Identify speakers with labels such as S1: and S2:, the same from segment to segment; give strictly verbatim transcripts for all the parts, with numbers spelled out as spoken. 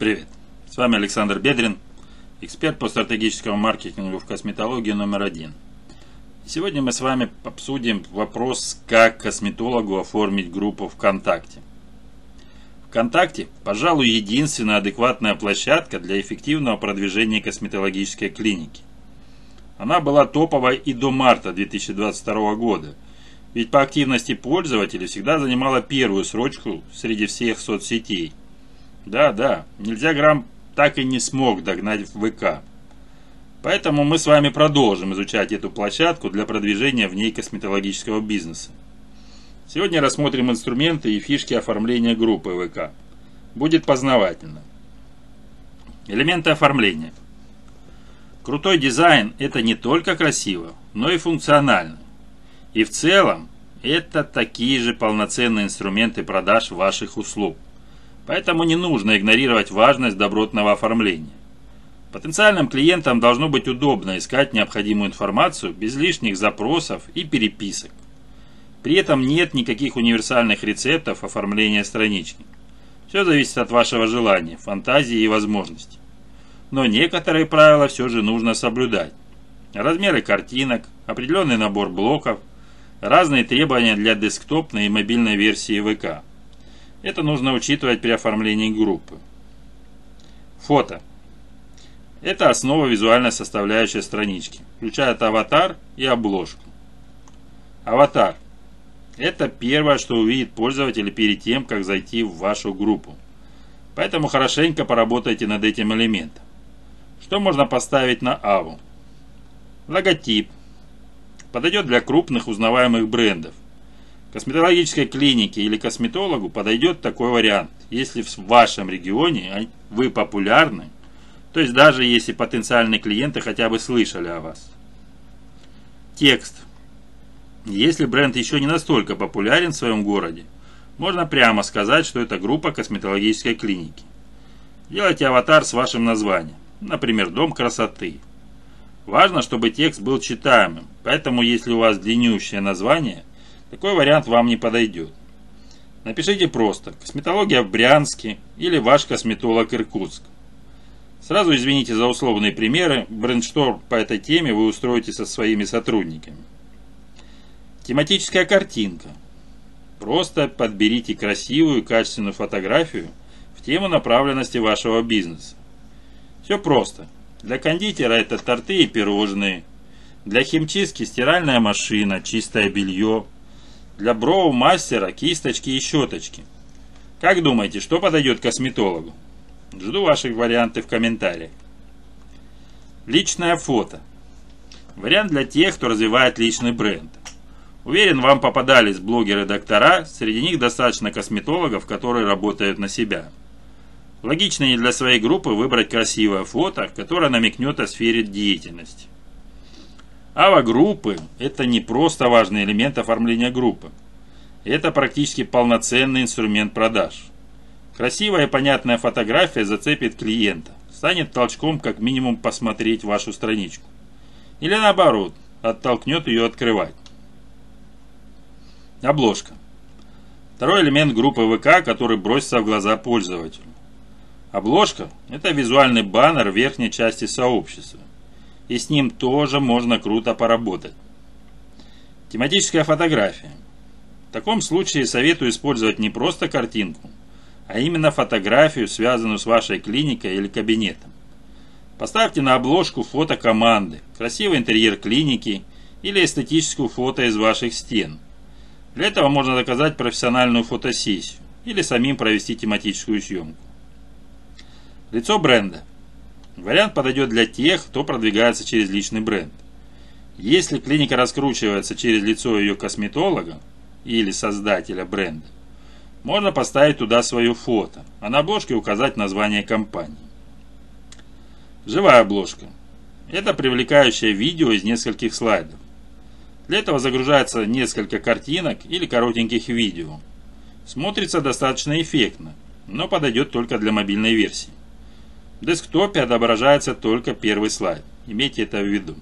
S1: Привет, с вами Александр Бедрин, эксперт по стратегическому маркетингу в косметологии номер один. Сегодня мы с вами обсудим вопрос, как косметологу оформить группу ВКонтакте. ВКонтакте, пожалуй, единственная адекватная площадка для эффективного продвижения косметологической клиники. Она была топовой и до марта две тысячи двадцать второго года, ведь по активности пользователей всегда занимала первую строчку среди всех соцсетей. Да-да, Нельзяграм так и не смог догнать в ВК. Поэтому мы с вами продолжим изучать эту площадку для продвижения в ней косметологического бизнеса. Сегодня рассмотрим инструменты и фишки оформления группы ВК. Будет познавательно. Элементы оформления. Крутой дизайн – это не только красиво, но и функционально. И в целом, это такие же полноценные инструменты продаж ваших услуг. Поэтому не нужно игнорировать важность добротного оформления. Потенциальным клиентам должно быть удобно искать необходимую информацию без лишних запросов и переписок. При этом нет никаких универсальных рецептов оформления странички. Все зависит от вашего желания, фантазии и возможностей. Но некоторые правила все же нужно соблюдать. Размеры картинок, определенный набор блоков, разные требования для десктопной и мобильной версии ВК. Это нужно учитывать при оформлении группы. Фото. Это основа визуальной составляющей странички, включая аватар и обложку. Аватар. Это первое, что увидит пользователь перед тем, как зайти в вашу группу. Поэтому хорошенько поработайте над этим элементом. Что можно поставить на аву? Логотип. Подойдет для крупных узнаваемых брендов. Косметологической клинике или косметологу подойдет такой вариант, если в вашем регионе вы популярны, то есть даже если потенциальные клиенты хотя бы слышали о вас. Текст. Если бренд еще не настолько популярен в своем городе, можно прямо сказать, что это группа косметологической клиники. Делайте аватар с вашим названием, например, «Дом красоты». Важно, чтобы текст был читаемым, поэтому если у вас длиннющее название, такой вариант вам не подойдет. Напишите просто «Косметология в Брянске» или «Ваш косметолог Иркутск». Сразу извините за условные примеры, брейншторм по этой теме вы устроите со своими сотрудниками. Тематическая картинка. Просто подберите красивую и качественную фотографию в тему направленности вашего бизнеса. Все просто. Для кондитера это торты и пирожные. Для химчистки стиральная машина, чистое белье. Для броу-мастера кисточки и щеточки. Как думаете, что подойдет косметологу? Жду ваших вариантов в комментариях. Личное фото. Вариант для тех, кто развивает личный бренд. Уверен, вам попадались блогеры-доктора, среди них достаточно косметологов, которые работают на себя. Логично и для своей группы выбрать красивое фото, которое намекнет о сфере деятельности. Ава-группы – это не просто важный элемент оформления группы. Это практически полноценный инструмент продаж. Красивая и понятная фотография зацепит клиента, станет толчком как минимум посмотреть вашу страничку. Или наоборот, оттолкнет ее открывать. Обложка. Второй элемент группы ВК, который бросится в глаза пользователю. Обложка – это визуальный баннер в верхней части сообщества. И с ним тоже можно круто поработать. Тематическая фотография. В таком случае советую использовать не просто картинку, а именно фотографию, связанную с вашей клиникой или кабинетом. Поставьте на обложку фото команды, красивый интерьер клиники или эстетическую фото из ваших стен. Для этого можно заказать профессиональную фотосессию или самим провести тематическую съемку. Лицо бренда. Вариант подойдет для тех, кто продвигается через личный бренд. Если клиника раскручивается через лицо ее косметолога или создателя бренда, можно поставить туда свое фото, а на обложке указать название компании. Живая обложка. Это привлекающее видео из нескольких слайдов. Для этого загружается несколько картинок или коротеньких видео. Смотрится достаточно эффектно, но подойдет только для мобильной версии. В десктопе отображается только первый слайд. Имейте это в виду.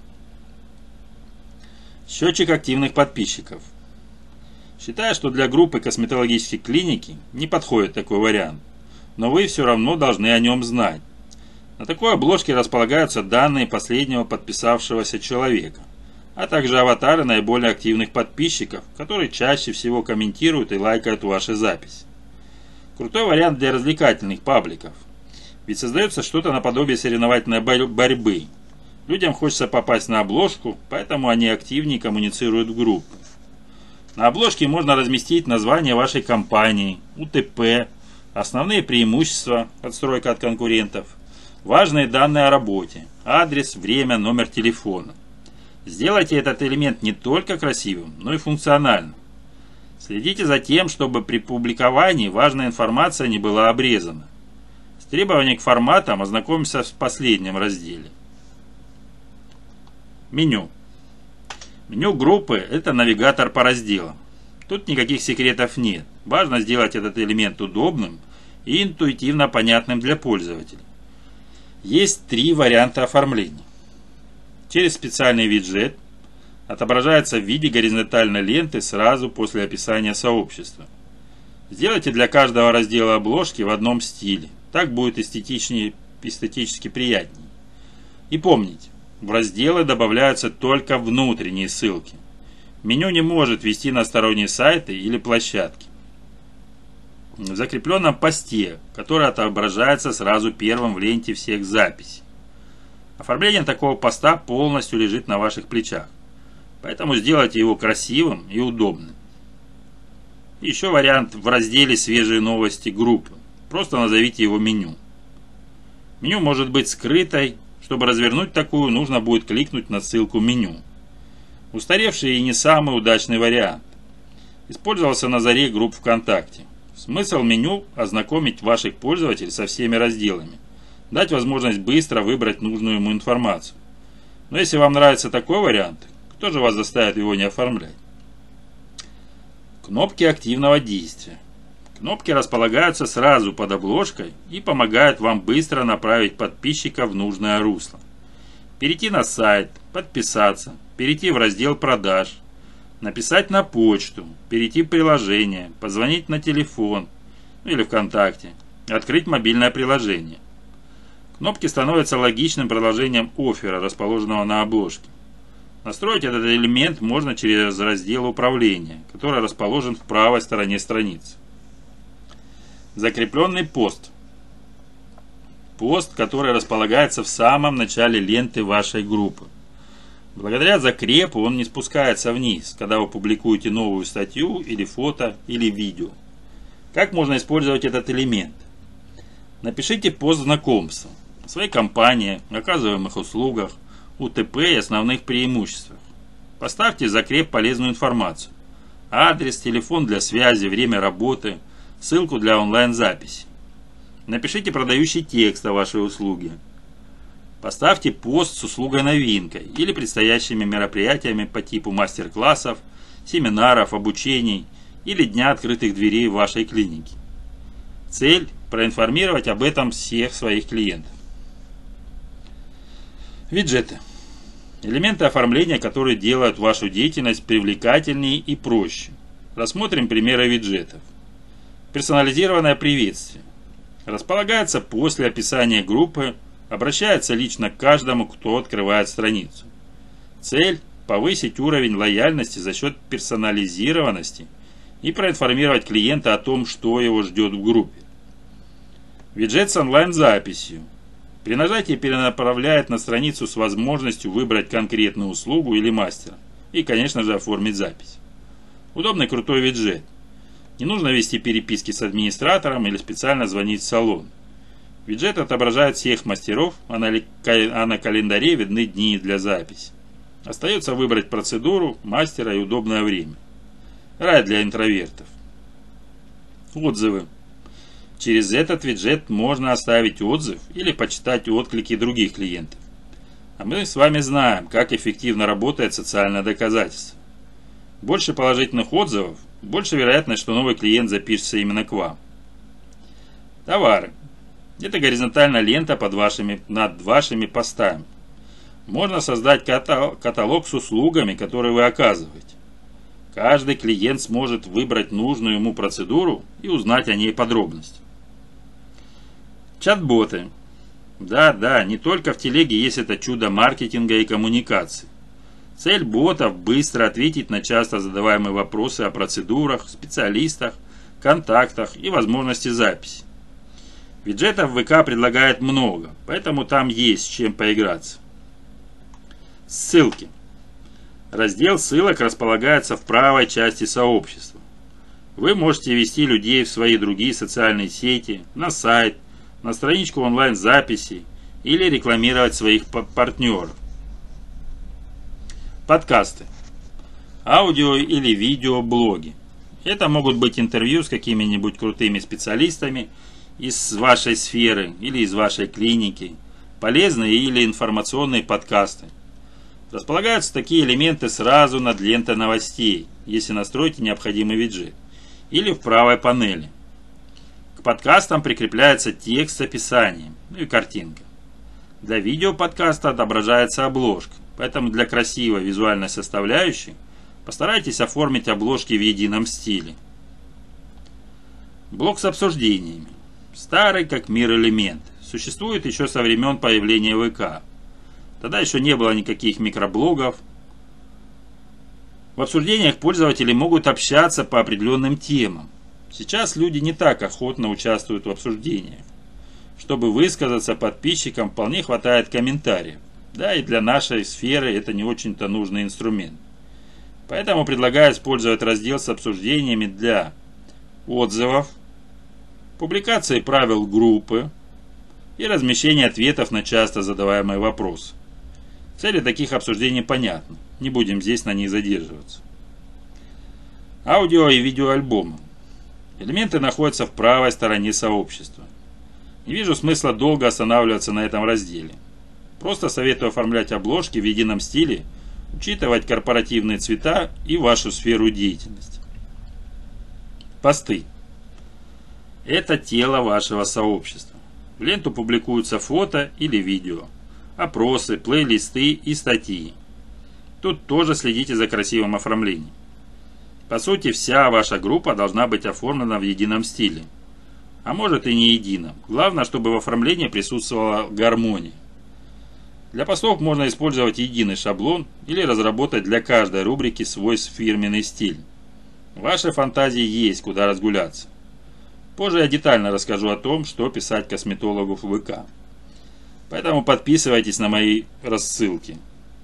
S1: Счетчик активных подписчиков. Считаю, что для группы косметологической клиники не подходит такой вариант. но вы все равно должны о нем знать. На такой обложке располагаются данные последнего подписавшегося человека, а также аватары наиболее активных подписчиков, которые чаще всего комментируют и лайкают ваши записи. Крутой вариант для развлекательных пабликов. Ведь создается что-то наподобие соревновательной борьбы. Людям хочется попасть на обложку, поэтому они активнее коммуницируют в группе. На обложке можно разместить название вашей компании, У Т П, основные преимущества, отстройка от конкурентов, важные данные о работе, адрес, время, номер телефона. Сделайте этот элемент не только красивым, но и функциональным. Следите за тем, чтобы при публиковании важная информация не была обрезана. С требованием к форматам ознакомимся в последнем разделе. Меню. Меню группы – это навигатор по разделам. Тут никаких секретов нет. Важно сделать этот элемент удобным и интуитивно понятным для пользователей. Есть три варианта оформления. Через специальный виджет отображается в виде горизонтальной ленты сразу после описания сообщества. Сделайте для каждого раздела обложки в одном стиле. Так будет эстетичнее, эстетически приятнее. И помните, в разделы добавляются только внутренние ссылки. Меню не может вести на сторонние сайты или площадки. В закрепленном посте, который отображается сразу первым в ленте всех записей. Оформление такого поста полностью лежит на ваших плечах, поэтому сделайте его красивым и удобным. Еще вариант в разделе «Свежие новости» группы. Просто назовите его меню. Меню может быть скрытой. Чтобы развернуть такую, нужно будет кликнуть на ссылку меню. Устаревший и не самый удачный вариант. Использовался на заре групп ВКонтакте. Смысл меню – ознакомить ваших пользователей со всеми разделами. Дать возможность быстро выбрать нужную ему информацию. Но если вам нравится такой вариант, кто же вас заставит его не оформлять? Кнопки активного действия. Кнопки располагаются сразу под обложкой и помогают вам быстро направить подписчика в нужное русло. Перейти на сайт, подписаться, перейти в раздел продаж, написать на почту, перейти в приложение, позвонить на телефон или ВКонтакте, открыть мобильное приложение. Кнопки становятся логичным продолжением оффера, расположенного на обложке. Настроить этот элемент можно через раздел управления, который расположен в правой стороне страницы. Закрепленный пост. Пост, который располагается в самом начале ленты вашей группы. Благодаря закрепу он не спускается вниз, когда вы публикуете новую статью или фото или видео. Как можно использовать этот элемент? Напишите пост знакомства о своей компании, оказываемых услугах, У Т П и основных преимуществах. Поставьте в закреп полезную информацию. Адрес, телефон для связи, время работы, ссылку для онлайн-записи. Напишите продающий текст о вашей услуге. Поставьте пост с услугой-новинкой или предстоящими мероприятиями по типу мастер-классов, семинаров, обучений или дня открытых дверей в вашей клинике. Цель – проинформировать об этом всех своих клиентов. Виджеты. Элементы оформления, которые делают вашу деятельность привлекательнее и проще. Рассмотрим примеры виджетов. Персонализированное приветствие. Располагается после описания группы, обращается лично к каждому, кто открывает страницу. Цель – повысить уровень лояльности за счет персонализированности и проинформировать клиента о том, что его ждет в группе. Виджет с онлайн-записью. При нажатии перенаправляет на страницу с возможностью выбрать конкретную услугу или мастера и, конечно же, оформить запись. Удобный крутой виджет. Не нужно вести переписки с администратором или специально звонить в салон. Виджет отображает всех мастеров, а на календаре видны дни для записи. Остается выбрать процедуру, мастера и удобное время. Рай для интровертов. Отзывы. Через этот виджет можно оставить отзыв или почитать отклики других клиентов. А мы с вами знаем, как эффективно работает социальное доказательство. Больше положительных отзывов, больше вероятность, что новый клиент запишется именно к вам. Товары. Это горизонтальная лента под вашими, над вашими постами. Можно создать каталог с услугами, которые вы оказываете. Каждый клиент сможет выбрать нужную ему процедуру и узнать о ней подробности. Чат-боты. Да, да, не только в телеге есть это чудо маркетинга и коммуникации. Цель ботов – быстро ответить на часто задаваемые вопросы о процедурах, специалистах, контактах и возможности записи. Виджетов ВК предлагает много, поэтому там есть с чем поиграться. Ссылки. Раздел ссылок располагается в правой части сообщества. Вы можете ввести людей в свои другие социальные сети, на сайт, на страничку онлайн-записи или рекламировать своих партнеров. Подкасты. Аудио или видео блоги. Это могут быть интервью с какими-нибудь крутыми специалистами из вашей сферы или из вашей клиники, полезные или информационные подкасты. Располагаются такие элементы сразу над лентой новостей, если настроите необходимый виджет, или в правой панели. К подкастам прикрепляется текст с описанием, ну и картинка. Для видеоподкаста отображается обложка, поэтому для красивой визуальной составляющей постарайтесь оформить обложки в едином стиле. Блог с обсуждениями. Старый как мир элемент. Существует еще со времен появления ВК. Тогда еще не было никаких микроблогов. В обсуждениях пользователи могут общаться по определенным темам. Сейчас люди не так охотно участвуют в обсуждениях. Чтобы высказаться подписчикам, вполне хватает комментариев. Да, и для нашей сферы это не очень-то нужный инструмент. Поэтому предлагаю использовать раздел с обсуждениями для отзывов, публикации правил группы и размещения ответов на часто задаваемые вопросы. Цели таких обсуждений понятны, не будем здесь на них задерживаться. Аудио и видеоальбомы. Элементы находятся в правой стороне сообщества. Не вижу смысла долго останавливаться на этом разделе. Просто советую оформлять обложки в едином стиле, учитывать корпоративные цвета и вашу сферу деятельности. Посты. Это тело вашего сообщества. В ленту публикуются фото или видео, опросы, плейлисты и статьи. Тут тоже следите за красивым оформлением. По сути, вся ваша группа должна быть оформлена в едином стиле. А может и не едином. Главное, чтобы в оформлении присутствовала гармония. Для постов можно использовать единый шаблон или разработать для каждой рубрики свой фирменный стиль. В вашей фантазии есть куда разгуляться. Позже я детально расскажу о том, что писать косметологу в ВК. Поэтому подписывайтесь на мои рассылки.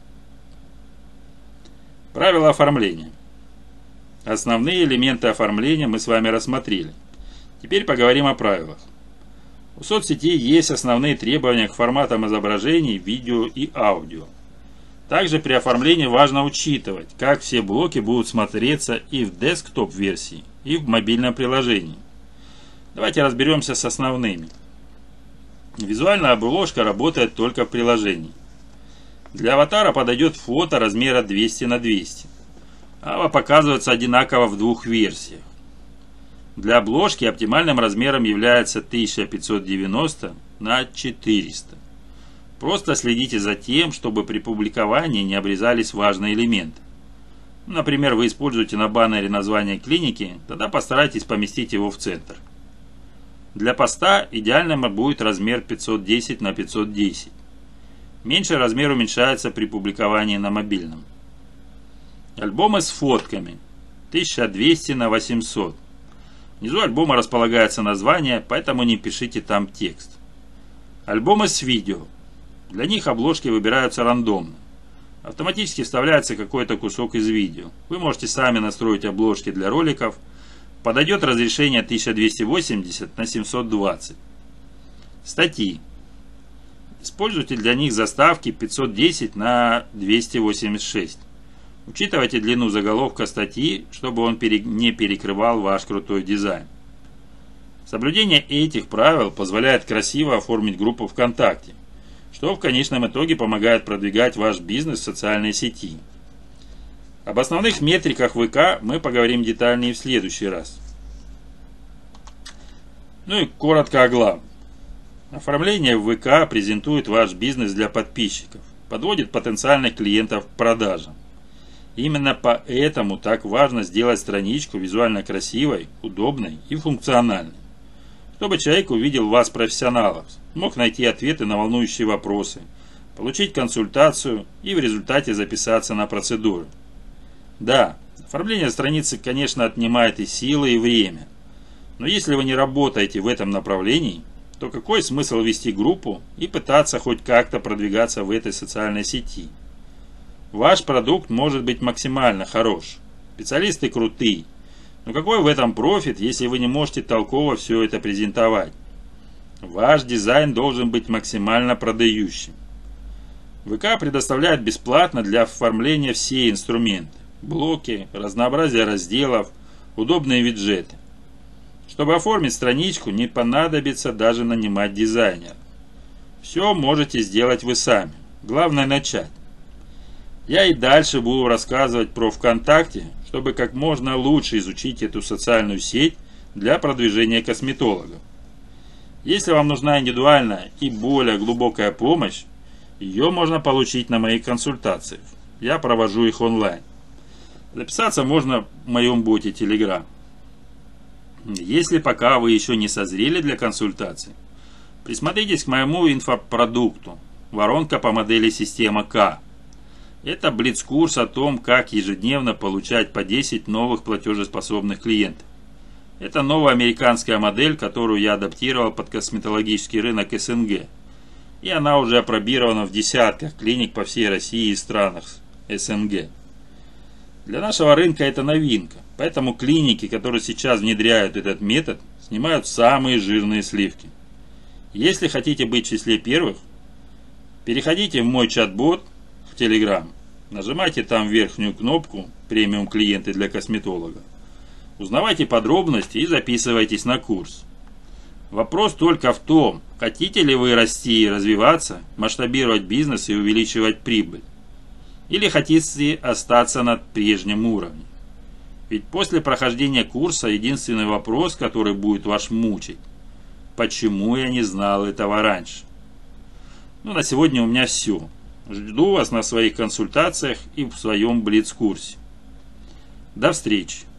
S1: Правила оформления. Основные элементы оформления мы с вами рассмотрели. Теперь поговорим о правилах. У соцсетей есть основные требования к форматам изображений, видео и аудио. Также при оформлении важно учитывать, как все блоки будут смотреться и в десктоп-версии, и в мобильном приложении. Давайте разберемся с основными. Визуальная обложка работает только в приложении. Для аватара подойдет фото размера двести на двести. Ава показывается одинаково в двух версиях. Для обложки оптимальным размером является тысяча пятьсот девяносто на четыреста. Просто следите за тем, чтобы при публиковании не обрезались важные элементы. Например, вы используете на баннере название клиники, тогда постарайтесь поместить его в центр. Для поста идеальным будет размер пятьсот десять на пятьсот десять. Меньший размер уменьшается при публиковании на мобильном. Альбомы с фотками тысяча двести на восемьсот. Внизу альбома располагается название, поэтому не пишите там текст. Альбомы с видео. Для них обложки выбираются рандомно. Автоматически вставляется какой-то кусок из видео. Вы можете сами настроить обложки для роликов. Подойдет разрешение тысяча двести восемьдесят на семьсот двадцать. Статьи. Используйте для них заставки пятьсот десять на двести восемьдесят шесть. Учитывайте длину заголовка статьи, чтобы он не перекрывал ваш крутой дизайн. Соблюдение этих правил позволяет красиво оформить группу ВКонтакте, что в конечном итоге помогает продвигать ваш бизнес в социальной сети. Об основных метриках ВК мы поговорим детальнее в следующий раз. Ну и коротко о главном. Оформление в ВК презентует ваш бизнес для подписчиков, подводит потенциальных клиентов к продажам. Именно поэтому так важно сделать страничку визуально красивой, удобной и функциональной. чтобы человек увидел в вас профессионалов, мог найти ответы на волнующие вопросы, получить консультацию и в результате записаться на процедуру. Да, оформление страницы, конечно, отнимает и силы, и время. Но если вы не работаете в этом направлении, то какой смысл вести группу и пытаться хоть как-то продвигаться в этой социальной сети? Ваш продукт может быть максимально хорош, специалисты крутые, но какой в этом профит, если вы не можете толково все это презентовать? Ваш дизайн должен быть максимально продающим. ВК предоставляет бесплатно для оформления все инструменты: блоки, разнообразие разделов, удобные виджеты. Чтобы оформить страничку, не понадобится даже нанимать дизайнера. Все можете сделать вы сами. Главное начать. Я и дальше буду рассказывать про ВКонтакте, чтобы как можно лучше изучить эту социальную сеть для продвижения косметологов. Если вам нужна индивидуальная и более глубокая помощь, ее можно получить на моих консультациях. Я провожу их онлайн. Записаться можно в моем боте Telegram. Если пока вы еще не созрели для консультации, присмотритесь к моему инфопродукту «Воронка по модели система К». Это блиц-курс о том, как ежедневно получать по десять новых платежеспособных клиентов. Это новая американская модель, которую я адаптировал под косметологический рынок СНГ. И она уже опробирована в десятках клиник по всей России и странах СНГ. Для нашего рынка это новинка, поэтому клиники, которые сейчас внедряют этот метод, снимают самые жирные сливки. Если хотите быть в числе первых, переходите в мой чат-бот в Telegram, нажимайте там верхнюю кнопку «Премиум клиенты для косметолога», узнавайте подробности и записывайтесь на курс. Вопрос только в том, хотите ли вы расти и развиваться, масштабировать бизнес и увеличивать прибыль, или хотите остаться на прежнем уровне. Ведь после прохождения курса единственный вопрос, который будет вас мучить: почему я не знал этого раньше? Ну, на сегодня у меня все. Жду вас на своих консультациях и в своем блиц-курсе. До встречи!